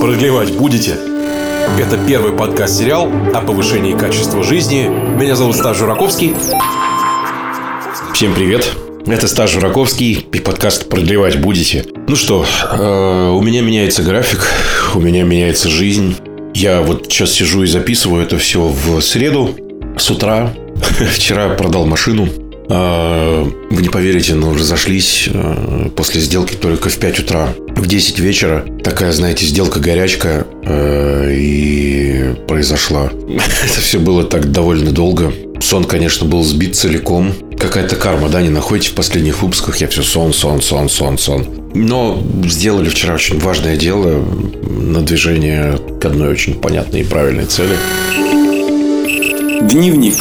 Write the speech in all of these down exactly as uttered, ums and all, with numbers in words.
Продлевать будете? Это первый подкаст-сериал о повышении качества жизни. Меня зовут Стас Жураковский. Всем привет. Это Стас Жураковский и подкаст «Продлевать будете». Ну что, э, у меня меняется график, у меня меняется жизнь. Я вот сейчас сижу и записываю это все в среду с утра. Вчера продал машину. Э, вы не поверите, но разошлись э, после сделки только в пять утра. В десять вечера такая, знаете, сделка-горячка э, и произошла. Это все было так довольно долго. Сон, конечно, был сбит целиком. Какая-то карма, да, не находите в последних выпусках? Я все сон, сон, сон, сон, сон. Но сделали вчера очень важное дело на движение к одной очень понятной и правильной цели. Дневник.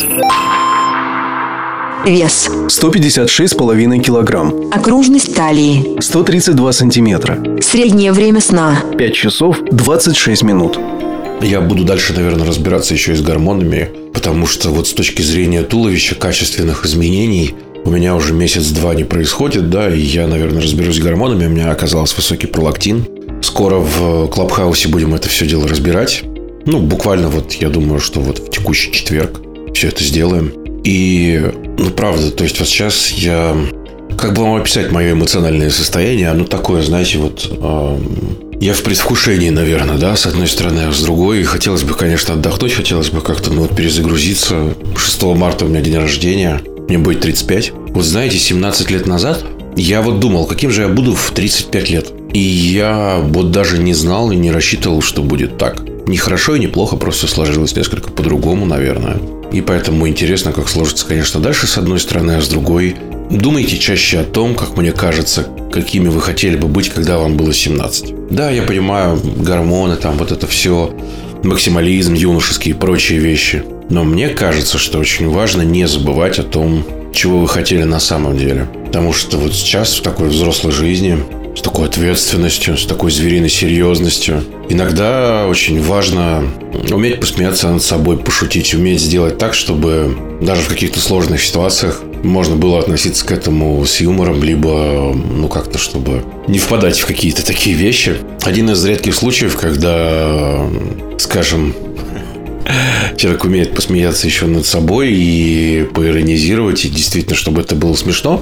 Вес сто пятьдесят шесть с половиной килограмм. Окружность талии сто тридцать два сантиметра. Среднее время сна пять часов двадцать шесть минут. Я буду дальше, наверное, разбираться еще и с гормонами, потому что вот с точки зрения туловища качественных изменений у меня уже месяц-два не происходит, да, и я, наверное, разберусь с гормонами. У меня оказался высокий пролактин. Скоро в Клабхаусе будем это все дело разбирать. Ну, буквально вот, я думаю, что вот в текущий четверг все это сделаем. И, ну, правда, то есть вот сейчас я... Как бы вам описать мое эмоциональное состояние? Оно такое, знаете, вот... Э, я в предвкушении, наверное, да, с одной стороны, а с другой. Хотелось бы, конечно, отдохнуть, хотелось бы как-то, ну, вот перезагрузиться. шестого марта у меня день рождения, мне будет тридцать пять. Вот знаете, семнадцать лет назад я вот думал, каким же я буду в тридцать пять лет. И я вот даже не знал и не рассчитывал, что будет так. Не хорошо и не плохо, просто сложилось несколько по-другому, наверное. И поэтому интересно, как сложится, конечно, дальше с одной стороны, а с другой. Думайте чаще о том, как мне кажется, какими вы хотели бы быть, когда вам было семнадцать. Да, я понимаю, гормоны, там вот это все, максимализм юношеский и прочие вещи. Но мне кажется, что очень важно не забывать о том, чего вы хотели на самом деле. Потому что вот сейчас в такой взрослой жизни, с такой ответственностью, с такой звериной серьезностью, иногда очень важно уметь посмеяться над собой, пошутить, уметь сделать так, чтобы даже в каких-то сложных ситуациях можно было относиться к этому с юмором, либо, ну, как-то, чтобы не впадать в какие-то такие вещи. Один из редких случаев, когда, скажем, человек умеет посмеяться еще над собой и поиронизировать, и действительно, чтобы это было смешно.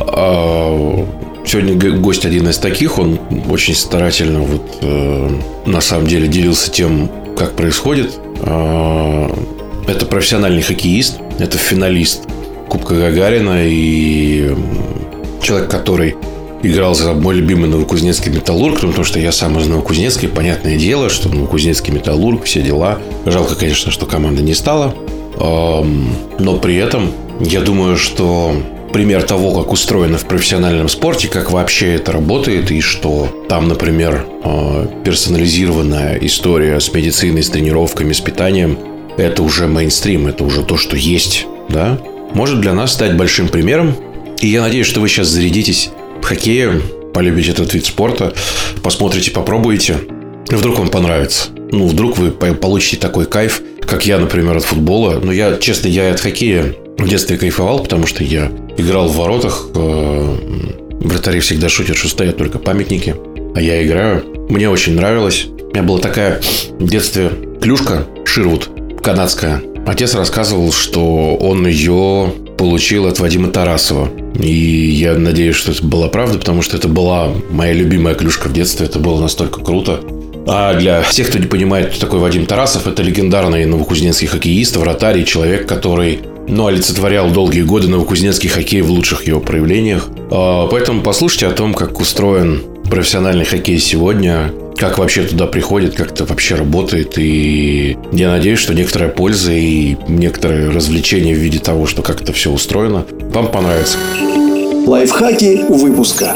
Сегодня гость один из таких, он очень старательно вот, э, на самом деле делился тем, как происходит. Э, это профессиональный хоккеист, это финалист Кубка Гагарина и человек, который играл за мой любимый Новокузнецкий Металлург, потому что я сам из Новокузнецка, и понятное дело, что Новокузнецкий Металлург, все дела. Жалко, конечно, что команда не стала, э, но при этом я думаю, что пример того, как устроено в профессиональном спорте, как вообще это работает, и что там, например, персонализированная история с медициной, с тренировками, с питанием, это уже мейнстрим, это уже то, что есть, да, может для нас стать большим примером. И я надеюсь, что вы сейчас зарядитесь хоккеем, полюбите этот вид спорта, посмотрите, попробуете, и вдруг вам понравится. Ну, вдруг вы получите такой кайф, как я, например, от футбола. Но я, честно, я от хоккея в детстве кайфовал, потому что я играл в воротах. Вратари всегда шутят, что стоят только памятники. А я играю. Мне очень нравилось. У меня была такая в детстве клюшка Ширвуд, канадская. Отец рассказывал, что он ее получил от Вадима Тарасова. И я надеюсь, что это была правда, потому что это была моя любимая клюшка в детстве. Это было настолько круто. А для всех, кто не понимает, кто такой Вадим Тарасов, это легендарный новокузнецкий хоккеист, вратарь и человек, который, ну, олицетворял долгие годы новокузнецкий хоккей в лучших его проявлениях. Поэтому послушайте о том, как устроен профессиональный хоккей сегодня, как вообще туда приходит, как это вообще работает. И я надеюсь, что некоторая польза и некоторое развлечение в виде того, что как это все устроено, вам понравится. Лайфхаки выпуска.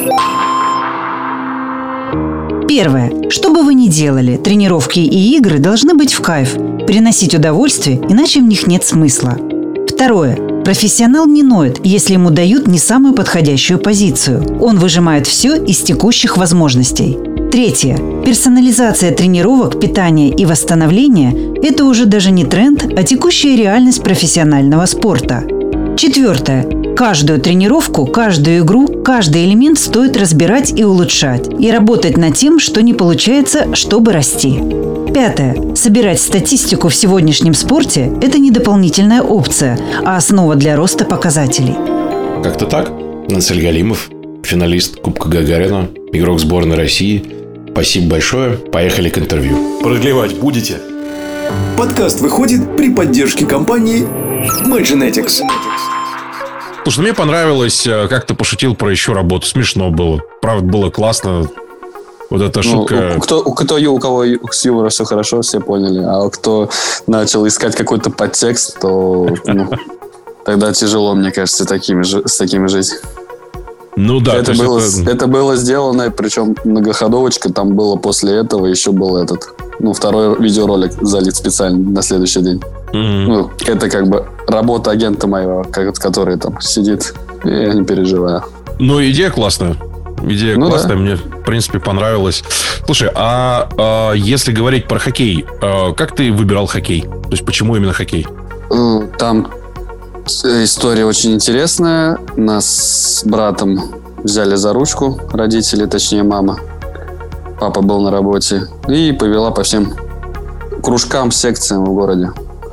Первое. Что бы вы ни делали, тренировки и игры должны быть в кайф, приносить удовольствие, иначе в них нет смысла. Второе. Профессионал не ноет, если ему дают не самую подходящую позицию. Он выжимает все из текущих возможностей. Третье. Персонализация тренировок, питания и восстановления – это уже даже не тренд, а текущая реальность профессионального спорта. Четвертое. Каждую тренировку, каждую игру, каждый элемент стоит разбирать и улучшать. И работать над тем, что не получается, чтобы расти. Пятое. Собирать статистику в сегодняшнем спорте – это не дополнительная опция, а основа для роста показателей. Как-то так. Насель Галимов, финалист Кубка Гагарина, игрок сборной России. Спасибо большое. Поехали к интервью. Продлевать будете? Подкаст выходит при поддержке компании MyGenetics. Слушай, мне понравилось, как ты пошутил про еще работу. Смешно было. Правда, было классно. Вот эта шутка. Ну, кто, кто, у кого с юмором все хорошо, все поняли. А кто начал искать какой-то подтекст, то ну, тогда тяжело, мне кажется, такими, с такими жить. Ну да. Это было, это... это было сделано, причем многоходовочка там было после этого, еще был этот, ну, второй видеоролик залит специально на следующий день. Mm-hmm. Ну, это как бы работа агента моего, который там сидит, я не переживаю. Ну, идея классная. Идея ну, классная, да. Мне, в принципе, понравилась. Слушай, а, а если говорить про хоккей, а, как ты выбирал хоккей? То есть, почему именно хоккей? Там история очень интересная. Нас с братом взяли за ручку, родители, точнее, мама. Папа был на работе. И повела по всем кружкам, секциям в городе.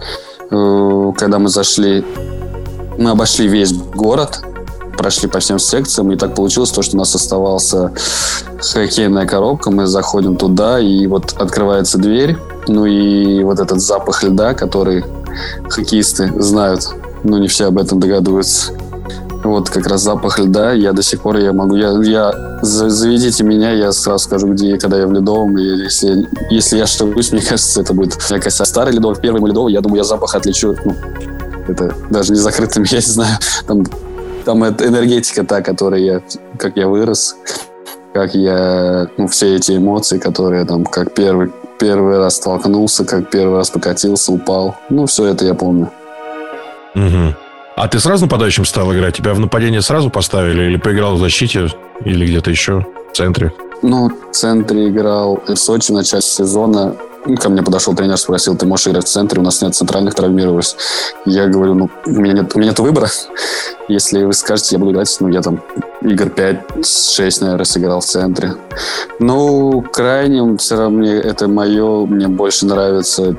Когда мы зашли, мы обошли весь город, прошли по всем секциям, и так получилось то, что у нас оставался хоккейная коробка, мы заходим туда, и вот открывается дверь, ну и вот этот запах льда, который хоккеисты знают, но не все об этом догадываются. Вот как раз запах льда, я до сих пор я могу, я, я заведите меня, я сразу скажу, где и когда я в ледовом, и если, если я ошибусь, мне кажется, это будет якось старый ледовый, первый ледовый, я думаю, я запах отличу, ну, это даже не закрытым, я не знаю, там Там это энергетика та, которой я, как я вырос, как я, ну, все эти эмоции, которые там, как первый, первый раз столкнулся, как первый раз покатился, упал. Ну, все это я помню. Угу. А ты сразу нападающим стал играть? Тебя в нападение сразу поставили? Или поиграл в защите? Или где-то еще в центре? Ну, в центре играл в Сочи в начале сезона. Ко мне подошел тренер, спросил, ты можешь играть в центре, у нас нет центральных, травмировались. Я говорю, ну, у меня нет, у меня нет выбора. Если вы скажете, я буду играть, ну, я там игр пять-шесть, наверное, сыграл в центре. Ну, крайним, все равно мне, это мое, мне больше нравится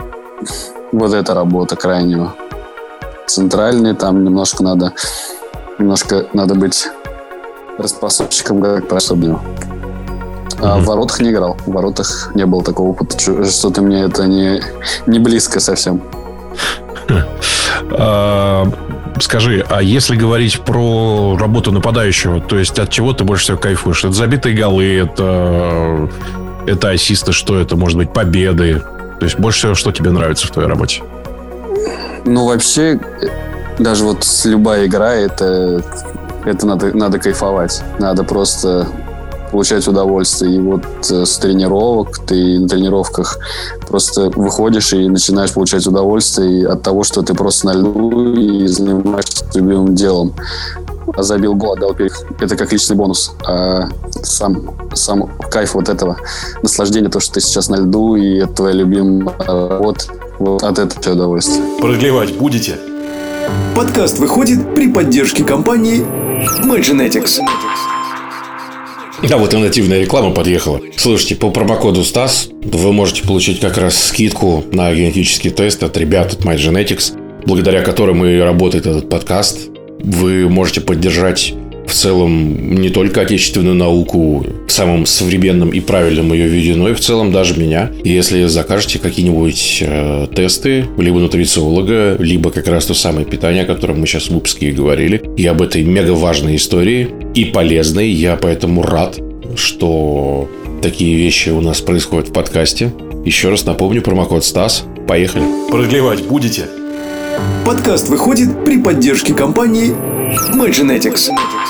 вот эта работа крайнего. Центральный, там немножко надо, немножко надо быть распасовщиком, как правильно. А в воротах не играл. В воротах не было такого опыта. Что-то мне это не, не близко совсем. Скажи, а если говорить про работу нападающего, то есть от чего ты больше всего кайфуешь? Это забитые голы, это, это ассисты, что это? Может быть, победы? То есть больше всего, что тебе нравится в твоей работе? Ну, вообще, даже вот любая игра, это, это надо, надо кайфовать. Надо просто получать удовольствие. И вот с тренировок ты на тренировках просто выходишь и начинаешь получать удовольствие от того, что ты просто на льду и занимаешься любимым делом. А забил гол, отдал перех. Это как личный бонус. А сам, сам кайф вот этого наслаждения, то, что ты сейчас на льду, и это твоя любимая работа. Вот от этого все удовольствие. Продлевать будете? Подкаст выходит при поддержке компании MyGenetics. Да, вот и нативная реклама подъехала. Слушайте, по промокоду Стас вы можете получить как раз скидку на генетический тест от ребят от MyGenetics, благодаря которым и работает этот подкаст. Вы можете поддержать в целом не только отечественную науку в самом современном и правильном ее виде, но и в целом даже меня. И если закажете какие-нибудь э, тесты, либо нутрициолога, либо как раз то самое питание, о котором мы сейчас в выпуске и говорили, и об этой мега важной истории и полезной, я поэтому рад, что такие вещи у нас происходят в подкасте. Еще раз напомню, промокод Стас. Поехали. Продлевать будете? Подкаст выходит при поддержке компании MyGenetics.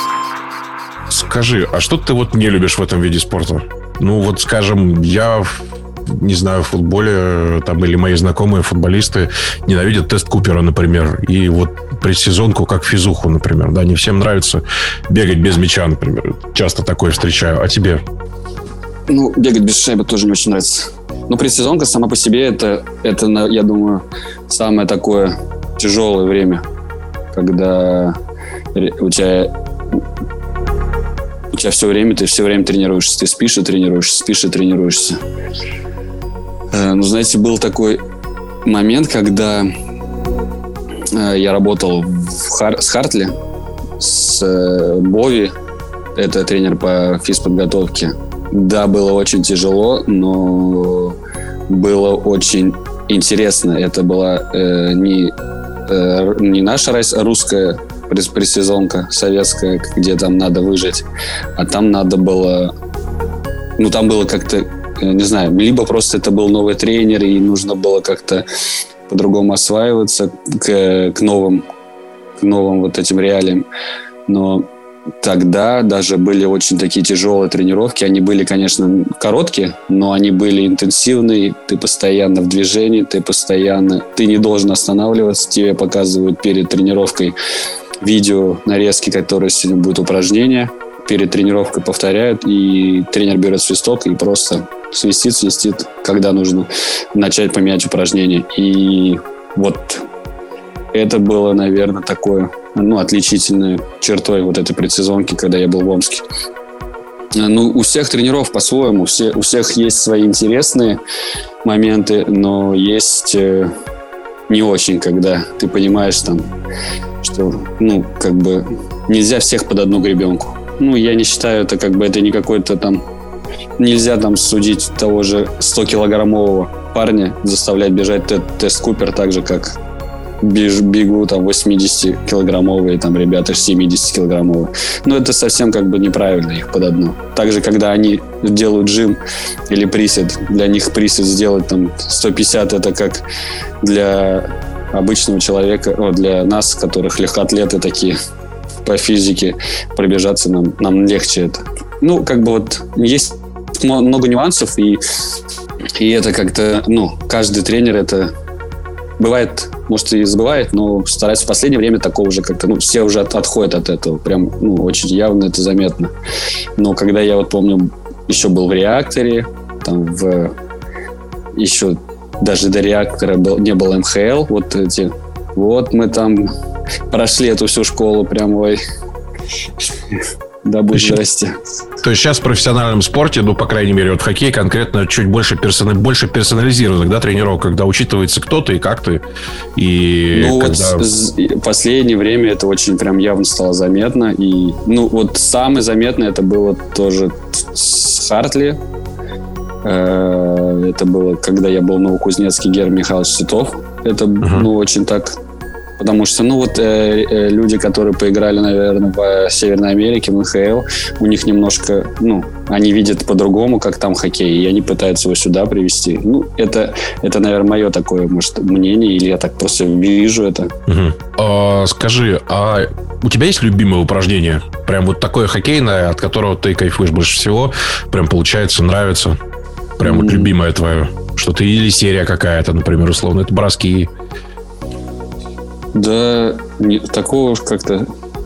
Скажи, а что ты вот не любишь в этом виде спорта? Ну, вот, скажем, я, не знаю, в футболе, там, или мои знакомые футболисты ненавидят тест Купера, например, и вот предсезонку как физуху, например, да, не всем нравится бегать без мяча, например. Часто такое встречаю. А тебе? Ну, бегать без шайбы тоже не очень нравится. Но предсезонка сама по себе это, это, я думаю, самое такое тяжелое время, когда у тебя у тебя все время, ты все время тренируешься, ты спишь и тренируешься, спишь и тренируешься. Ну, знаете, был такой момент, когда я работал в Хар- с Хартли, с Бови, это тренер по физподготовке. Да, было очень тяжело, но было очень интересно. Это была э, не, э, не наша русская предсезонка, советская, где там надо выжить, а там надо было... Ну, там было как-то, не знаю, либо просто это был новый тренер, и нужно было как-то по-другому осваиваться к, к новым, к новым вот этим реалиям. Но тогда даже были очень такие тяжелые тренировки. Они были, конечно, короткие, но они были интенсивные. Ты постоянно в движении, ты постоянно... Ты не должен останавливаться. Тебе показывают перед тренировкой видео, нарезки, которые сегодня будут упражнения. Перед тренировкой повторяют, и тренер берет свисток и просто свистит, свистит, когда нужно начать поменять упражнение. И вот это было, наверное, такое, ну, отличительной чертой вот этой предсезонки, когда я был в Омске. Ну, у всех тренеров по-своему, все, у всех есть свои интересные моменты, но есть э, не очень, когда ты понимаешь там, что, ну, как бы нельзя всех под одну гребенку. Ну, я не считаю, это как бы это не какой-то там... Нельзя там судить того же сто-килограммового парня, заставлять бежать тест Купер так же, как беж, бегу там восьмидесятикилограммовые там ребята, семидесятикилограммовые. Но это совсем как бы неправильно их под одну. Также, когда они делают жим или присед, для них присед сделать там сто пятьдесят, это как для обычного человека, о, для нас, которых легкоатлеты такие, по физике пробежаться нам, нам легче это. Ну, как бы вот есть много нюансов, и, и это как-то, ну, каждый тренер это бывает, может, и забывает, но старается в последнее время такого уже как-то, ну, все уже от, отходят от этого, прям, ну, очень явно это заметно. Но когда я вот помню, еще был в реакторе, там в, еще даже до реактора был, не было эм ха эл, вот эти, вот мы там прошли эту всю школу, прям, ой, да будь здрасте. То есть сейчас в профессиональном спорте, ну, по крайней мере, вот хоккей конкретно чуть больше, персона... больше персонализированных, да, тренировок, когда учитывается кто ты и как ты. И ну, когда... вот в последнее время это очень прям явно стало заметно. И, ну, вот самое заметное это было тоже с Хартли. Это было, когда я был в Новокузнецке, Герман Михайлович Титов. Это, uh-huh. ну, очень так... Потому что, ну, вот э, э, люди, которые поиграли, наверное, в Северной Америке, в эн ха эл, у них немножко, ну, они видят по-другому, как там хоккей, и они пытаются его сюда привести. Ну, это, это наверное, мое такое, может, мнение, или я так просто вижу это. Угу. А, скажи, а у тебя есть любимое упражнение? Прям вот такое хоккейное, от которого ты кайфуешь больше всего? Прям получается, нравится? Прям mm. вот любимое твое? Что-то или серия какая-то, например, условно, это броски? Да, не, такого уж как-то...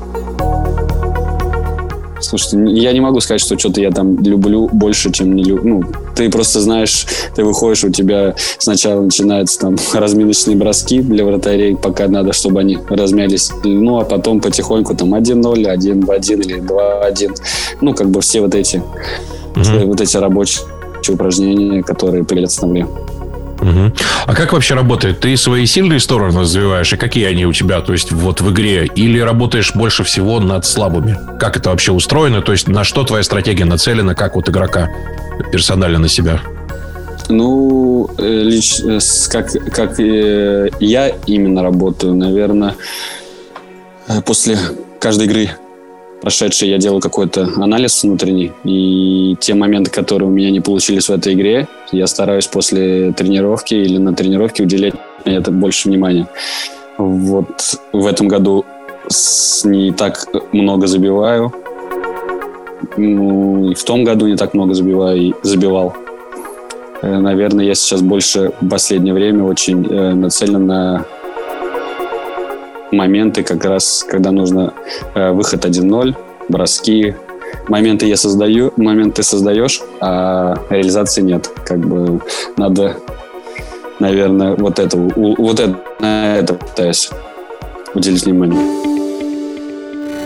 Слушайте, я не могу сказать, что что-то я там люблю больше, чем не люблю. Ну, ты просто знаешь, ты выходишь, у тебя сначала начинаются там разминочные броски для вратарей, пока надо, чтобы они размялись. Ну, а потом потихоньку там один ноль, один в один или два один. Ну, как бы все вот эти, mm-hmm. все вот эти рабочие упражнения, которые перед основлением. Угу. А как вообще работает? Ты свои сильные стороны развиваешь, и какие они у тебя, то есть вот в игре? Или работаешь больше всего над слабыми? Как это вообще устроено? То есть на что твоя стратегия нацелена, как вот игрока персонально на себя? Ну, лично, как, как я именно работаю, наверное, после каждой игры прошедшей я делаю какой-то анализ внутренний, и те моменты, которые у меня не получились в этой игре, я стараюсь после тренировки или на тренировке уделять на это больше внимания. Вот в этом году не так много забиваю. Ну, и в том году не так много забиваю и забивал. Наверное, я сейчас больше в последнее время очень нацелен на моменты, как раз, когда нужно э, выход один ноль, броски. Моменты я создаю, моменты создаешь, а реализации нет. Как бы надо, наверное, вот это, вот это, на это пытаюсь уделить внимание.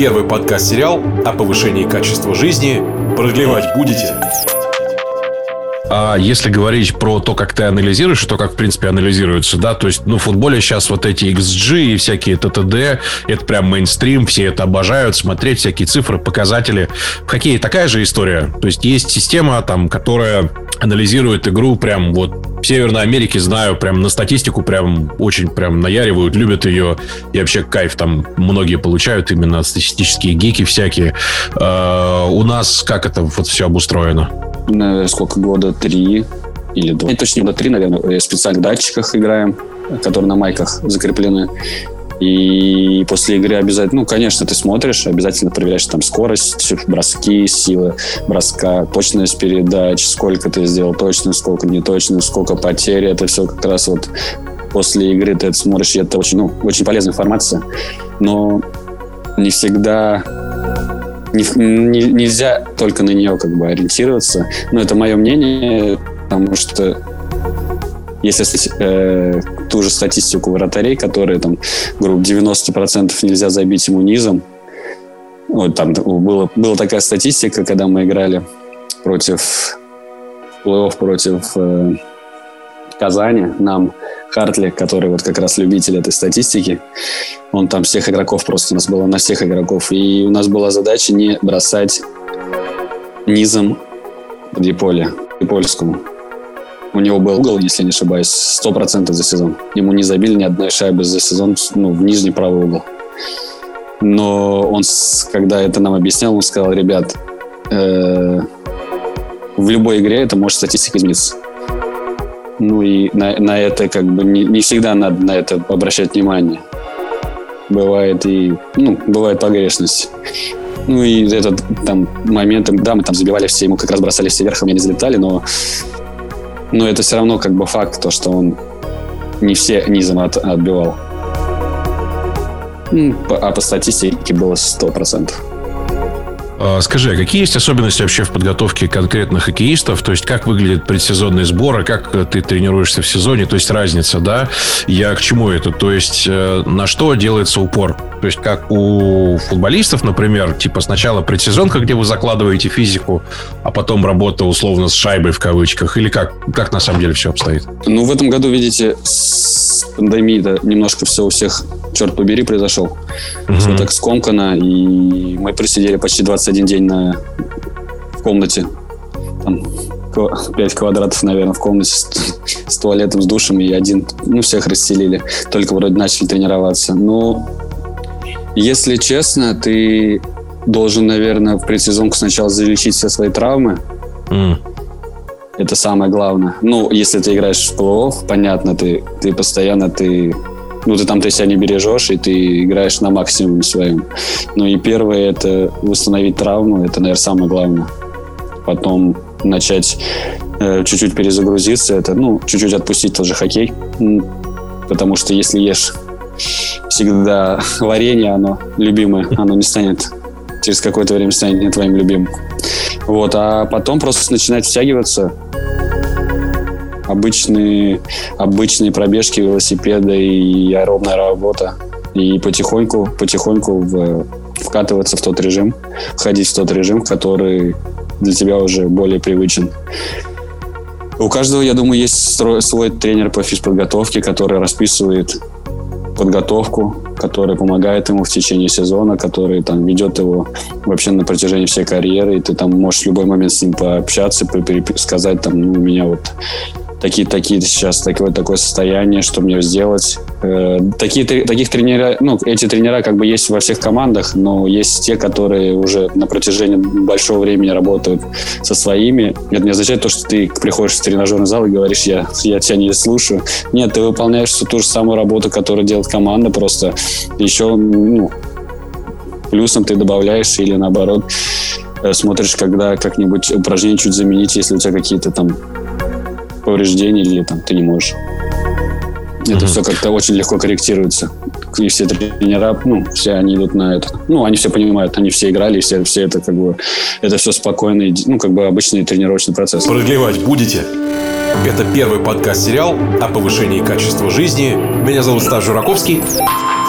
первый подкаст-сериал о повышении качества жизни. Продлевать будете? А если говорить про то, как ты анализируешь, то, как, в принципе, анализируется, да, то есть, ну, в футболе сейчас вот эти икс джи и всякие тэ тэ дэ, это прям мейнстрим, все это обожают, смотреть всякие цифры, показатели. В хоккее такая же история. То есть, есть система, там, которая анализирует игру прям вот в Северной Америке, знаю, прям на статистику прям очень прям наяривают, любят ее, и вообще кайф там многие получают, именно статистические гики всякие. А у нас как это вот все обустроено? На сколько года? Три или два. Точнее, года три, наверное. В специальных датчиках играем, которые на майках закреплены. И после игры обязательно, ну, конечно, ты смотришь, обязательно проверяешь там скорость, броски, сила броска, точность передач, сколько ты сделал точно, сколько не точно, сколько потерь. Это все как раз вот после игры ты это смотришь, и это очень, ну, очень полезная информация. Но не всегда... Не, не, нельзя только на нее как бы ориентироваться. Но это мое мнение, потому что если э, ту же статистику вратарей, которые там, грубо, девяносто процентов нельзя забить ему низом. Вот там было, была такая статистика, когда мы играли против плей-офф против э, Казани. Нам Хартли, который вот как раз любитель этой статистики, он там всех игроков просто, у нас было на всех игроков. И у нас была задача не бросать низом Диполя, Дипольскому. У него был угол, если не ошибаюсь, сто процентов за сезон. Ему не забили ни одной шайбы за сезон, ну, в нижний правый угол. Но он, когда это нам объяснял, он сказал: ребят, э, в любой игре это может статистика измениться. Ну и на, на это как бы не, не всегда надо на это обращать внимание. Бывает и, ну, бывает погрешность. Ну и этот там момент, да, мы там забивали все, ему как раз бросали все вверх, а мне не залетали, но, но это все равно как бы факт, то, что он не все низом от, отбивал. А по статистике было сто процентов. Скажи, а какие есть особенности вообще в подготовке конкретных хоккеистов? То есть, как выглядят предсезонные сборы, как ты тренируешься в сезоне? То есть, разница, да? Я к чему это? То есть, на что делается упор? То есть, как у футболистов, например, типа сначала предсезонка, где вы закладываете физику, а потом работа условно с шайбой в кавычках? Или как, как на самом деле все обстоит? Ну, в этом году, видите, с пандемией-то немножко все у всех, черт побери, произошел. Угу. Все так скомкано, и мы просидели почти двадцать один день на... в комнате. Там пять квадратов, наверное, в комнате с, с туалетом, с душем, и один, ну, всех расселили. Только вроде начали тренироваться. Но, если честно, ты должен, наверное, в предсезонку сначала залечить все свои травмы. Mm. Это самое главное. Ну, если ты играешь в плей-офф, понятно, ты, ты постоянно, ты... Ну, ты там ты себя не бережешь, и ты играешь на максимуме своем. Ну, и первое – это восстановить травму. Это, наверное, самое главное. Потом начать э, чуть-чуть перезагрузиться. Это, ну, чуть-чуть отпустить тот же хоккей. Потому что если ешь всегда варенье, оно любимое, оно не станет, через какое-то время станет не твоим любимым. Вот, а потом просто начинать втягиваться. Обычные, обычные пробежки, велосипеда и аэробная работа. И потихоньку, потихоньку в, вкатываться в тот режим, входить в тот режим, который для тебя уже более привычен. У каждого, я думаю, есть свой тренер по физподготовке, который расписывает подготовку, который помогает ему в течение сезона, который там ведет его вообще на протяжении всей карьеры, и ты там можешь в любой момент с ним пообщаться, сказать там, ну, у меня вот такие-такие сейчас такое, такое состояние, что мне сделать. Э, такие, таких тренера, ну, эти тренера как бы есть во всех командах, но есть те, которые уже на протяжении большого времени работают со своими. Это не означает то, что ты приходишь в тренажерный зал и говоришь, я, я тебя не слушаю. Нет, ты выполняешь всю ту же самую работу, которую делает команда, просто еще, ну, плюсом ты добавляешь или наоборот смотришь, когда как-нибудь упражнение чуть заменить, если у тебя какие-то там повреждения или там ты не можешь. Это mm-hmm. все как-то очень легко корректируется. И все тренера, ну, все они идут на это. Ну, они все понимают, они все играли, и все, все это как бы, это все спокойный, ну, как бы обычный тренировочный процесс. Продлевать будете? Это первый подкаст-сериал о повышении качества жизни. Меня зовут Стас Жураковский.